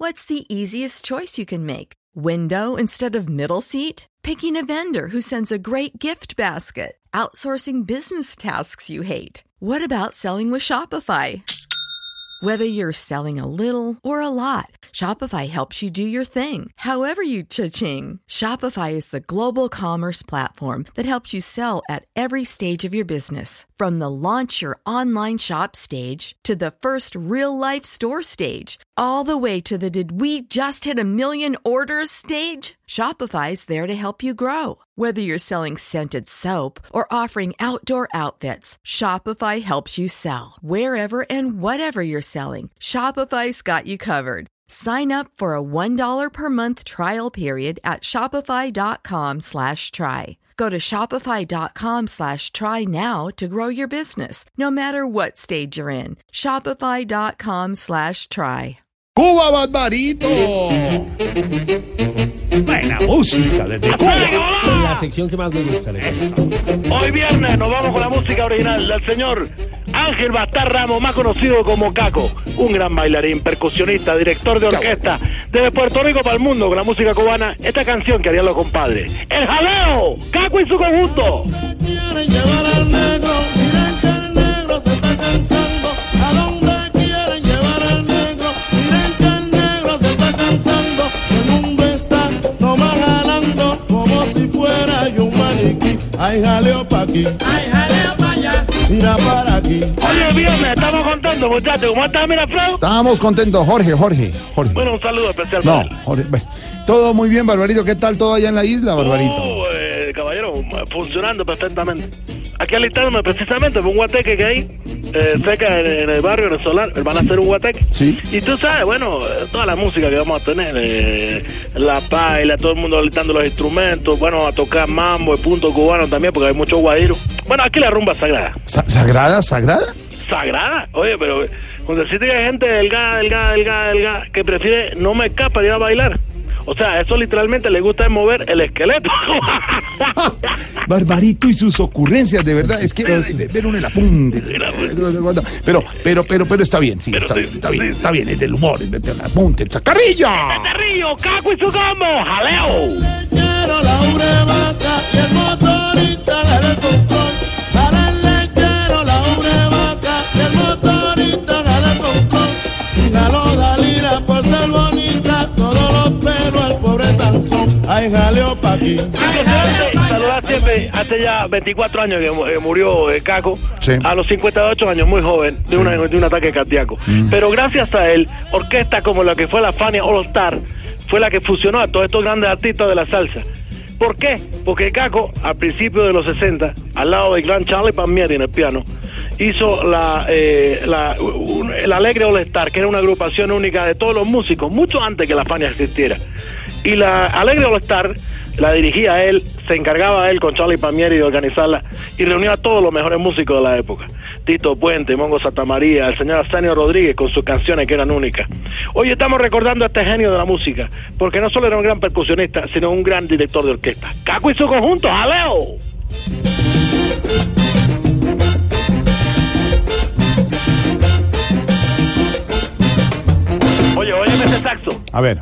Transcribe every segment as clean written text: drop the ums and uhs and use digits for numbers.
What's the easiest choice you can make? Window instead of middle seat? Picking a vendor who sends a great gift basket? Outsourcing business tasks you hate? What about selling with Shopify? Whether you're selling a little or a lot, Shopify helps you do your thing, however you cha-ching. Shopify is the global commerce platform that helps you sell at every stage of your business. From the launch your online shop stage to the first real-life store stage, all the way to the did we just hit a million orders stage. Shopify's there to help you grow. Whether you're selling scented soap or offering outdoor outfits, Shopify helps you sell. Wherever and whatever you're selling, Shopify's got you covered. Sign up for a $1 per month trial period at shopify.com/try. Go to shopify.com/try now to grow your business, no matter what stage you're in. Shopify.com/try. ¡Cuba, Barbarito! Buena música desde Cuba. La sección que más me gusta. Hoy viernes nos vamos con la música original del señor Ángel Bastar Ramos, más conocido como Caco, un gran bailarín, percusionista, director de orquesta, desde Puerto Rico para el mundo con la música cubana. Esta canción que harían los compadres, El Jaleo, Caco y su conjunto. Quieren llevar al negro, miren que el negro se está cansando. ¿A dónde quieren llevar al negro? Miren que el negro se está cansando. El mundo está nomás jalando como si fuera yo un maniquí. Hay jaleo pa' aquí, ¡Ay, jaleo para allá! mira para aquí. Oye, viernes, estamos contentos, muchachos. ¿Cómo estás, Miraflor? Estábamos contentos, Jorge. Bueno, un saludo especial No, para él. Jorge. Todo muy bien, Barbarito. ¿Qué tal todo allá en la isla, Barbarito? Caballero, funcionando perfectamente. Aquí alistándome precisamente por un guateque que hay cerca en el barrio, en el Solar. Van a hacer un guateque. Sí. Y tú sabes, bueno, toda la música que vamos a tener, la paila, todo el mundo alistando los instrumentos, bueno, a tocar mambo, el punto cubano también, porque hay muchos guajiros. Bueno, aquí la rumba es sagrada. ¿Sagrada? ¿Sagrada? Oye, pero cuando decís que hay gente delgada, que prefiere no me escapa de ir a bailar. O sea, eso literalmente le gusta mover el esqueleto. Barbarito y sus ocurrencias, de verdad. Es que ver un el apunte. Pero está bien, sí, está bien, es del humor, el apunte, el chacarrillo. ¡Río, Caco y su combo! ¡Jaleo! Quiero la urevaca y el motorista del control. Para el lechero la urevaca y el motorista del control. Y jaló Dalila por ser bonita, todos los pelos al pobre tanzón. Hay jaleo pa' aquí. Saludar siempre, hace ya 24 años que murió Caco, Sí. a los 58 años, muy joven, de un ataque cardíaco. Pero gracias a él, orquesta como la que fue la Fania All Star, fue la que fusionó a todos estos grandes artistas de la salsa. ¿Por qué? Porque Caco, al principio de los 60, al lado del gran Charlie Palmieri en el piano, hizo el Alegre All Star, que era una agrupación única de todos los músicos, mucho antes que la Fania existiera. Y la Alegre All Star la dirigía él, se encargaba él con Charlie Palmieri de organizarla y reunía a todos los mejores músicos de la época. Tito Puente, Mongo Santamaría, el señor Arsenio Rodríguez con sus canciones que eran únicas. Hoy estamos recordando a este genio de la música, porque no solo era un gran percusionista, sino un gran director de orquesta. Caco y su conjunto, ¡jaleo! Oye, óyeme ese saxo. A ver.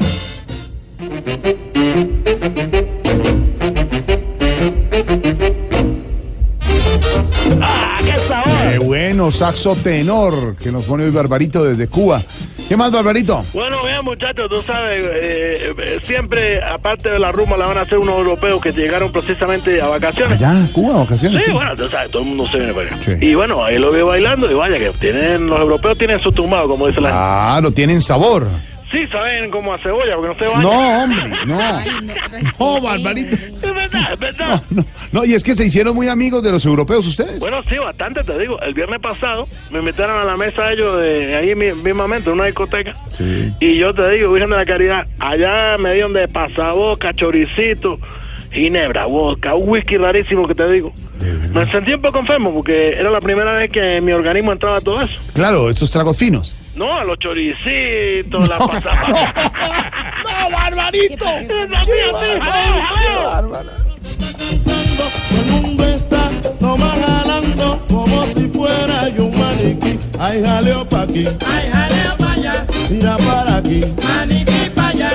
¡Ah, qué sabor! Qué bueno, saxo tenor que nos pone hoy Barbarito desde Cuba. ¿Qué más, Barbarito? Bueno, bien, muchachos, tú sabes, siempre, aparte de la rumba, la van a hacer unos europeos que llegaron precisamente a vacaciones. Allá, Cuba, vacaciones. Sí, bueno, tú sabes, todo el mundo se viene para acá. Sí. Y bueno, ahí lo veo bailando y vaya que los europeos tienen su tumbado, como dice la gente. Claro, tienen sabor. Sí, saben como a cebolla, porque no se bañan. No, hombre, no. No, Barbarito. Es verdad, es verdad. No, y es que se hicieron muy amigos de los europeos ustedes. Bueno, sí, bastante, te digo. El viernes pasado me invitaron a la mesa ellos de ahí mismamente, en una discoteca. Sí. Y yo te digo, Virgen de la Caridad, allá me dieron de pasaboca, choricito, ginebra, vodka, un whisky rarísimo que te digo. Me sentí un poco enfermo porque era la primera vez que en mi organismo entraba todo eso. Claro, estos tragos finos. No, los choricitos, la pasaboca. ¡No, Barbarito! El mundo está nomás jalando como si fuera yo un maniquí. Hay jaleo pa' aquí, ¡Ay, jaleo para allá! mira para aquí. ¡Maniquí!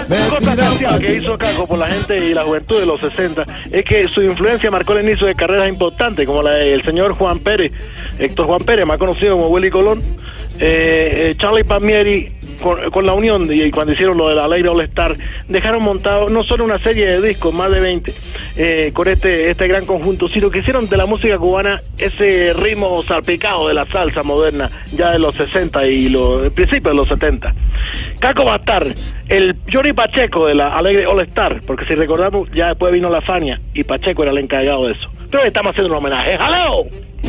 Una cosa especial que hizo Caco por la gente y la juventud de los 60 es que su influencia marcó el inicio de carreras importantes, como la del señor Juan Pérez, Héctor Juan Pérez, más conocido como Willy Colón, Charlie Palmieri, con la unión y cuando hicieron lo de la Alegre All Star, dejaron montado no solo una serie de discos, más de 20, con este gran conjunto, sino que hicieron de la música cubana ese ritmo salpicado de la salsa moderna, ya de los 60 y el principio de los 70. Caco va a estar el Johnny Pacheco de la Alegre All Star, porque si recordamos, ya después vino la Fania y Pacheco era el encargado de eso. Pero estamos haciendo un homenaje. ¡Jaleo!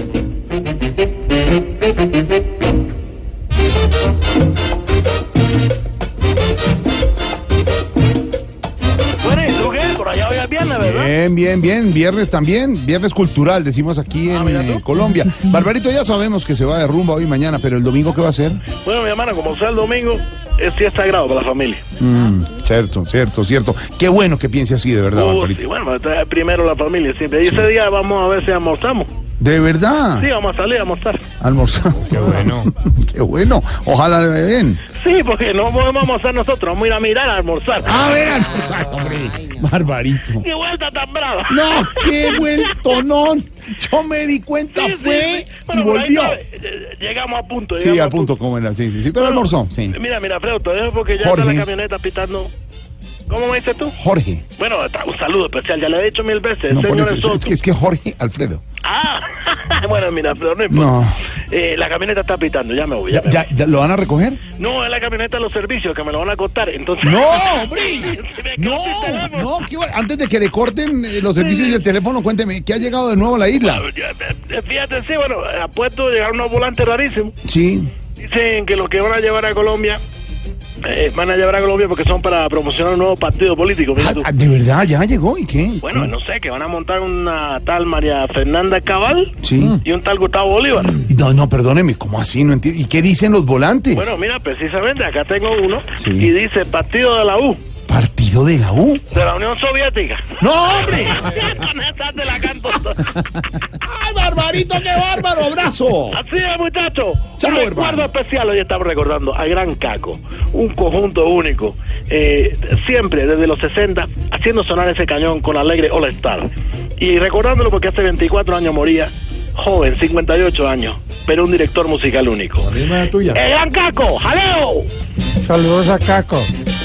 Bueno, ¿y tú qué? Por allá hoy es viernes, ¿verdad? Bien, viernes también, viernes cultural, decimos aquí en Colombia. Barbarito, ya sabemos que se va de rumba hoy y mañana, pero el domingo, ¿qué va a hacer? Bueno, mi hermana, como sea el domingo, sí es sagrado para la familia. Cierto. Qué bueno que piense así, de verdad, Barbarito. Sí, bueno, primero la familia siempre. Y ese día vamos a ver si almorzamos. ¿De verdad? Sí, vamos a salir a almorzar. Almorzar. Qué bueno. Qué bueno. Ojalá le bien. Sí, porque no podemos almorzar nosotros, vamos a ir a mirar a almorzar. A ver, almorzar, hombre. Barbarito. ¡Qué vuelta tan brava! No, qué vuelto, no. Yo me di cuenta, Sí. y Bueno, volvió. Llegamos a punto. Sí, al punto, como era, sí. Pero Bueno, almorzó, sí. Mira, Alfredo, te dejo porque ya Jorge. está la camioneta pitando. ¿Cómo me dices tú? Jorge. Bueno, un saludo especial, ya le he dicho 1000 veces, No, por señor eso, Soto. es que Jorge Alfredo. Ah, bueno, mira, Alfredo, no importa. No. La camioneta está pitando, ya me voy. ¿Ya lo van a recoger? No, es la camioneta de los servicios que me lo van a cortar, entonces... ¡No, hombre! Se me quedó sin teléfono. Antes de que le corten los servicios y el teléfono, cuénteme, ¿qué ha llegado de nuevo a la isla? Fíjate, sí, bueno, a puesto llegaron unos volantes rarísimos. Sí. Dicen que los que van a llevar a Colombia, porque son para promocionar un nuevo partido político. Mira tú. ¿De verdad? ¿Ya llegó? ¿Y qué? Bueno, no sé, que van a montar una tal María Fernanda Cabal Sí. y un tal Gustavo Bolívar. No, perdóneme, ¿cómo así? No entiendo. ¿Y qué dicen los volantes? Bueno, mira, precisamente acá tengo uno Sí. y dice Partido de la U, ¿Partido de la U? de la Unión Soviética. ¡No, hombre! Con esa te la canto. ¡Ay, Barbarito, qué bárbaro! ¡Abrazo! Así es, muchachos. Chao, Un recuerdo hermano. especial. Hoy estamos recordando al Gran Caco, un conjunto único, siempre desde los 60, haciendo sonar ese cañón con Alegre All Star. Y recordándolo porque hace 24 años moría, joven, 58 años, pero un director musical único. La misma tuya. ¡El Gran Caco! ¡Jaleo! Saludos a Caco.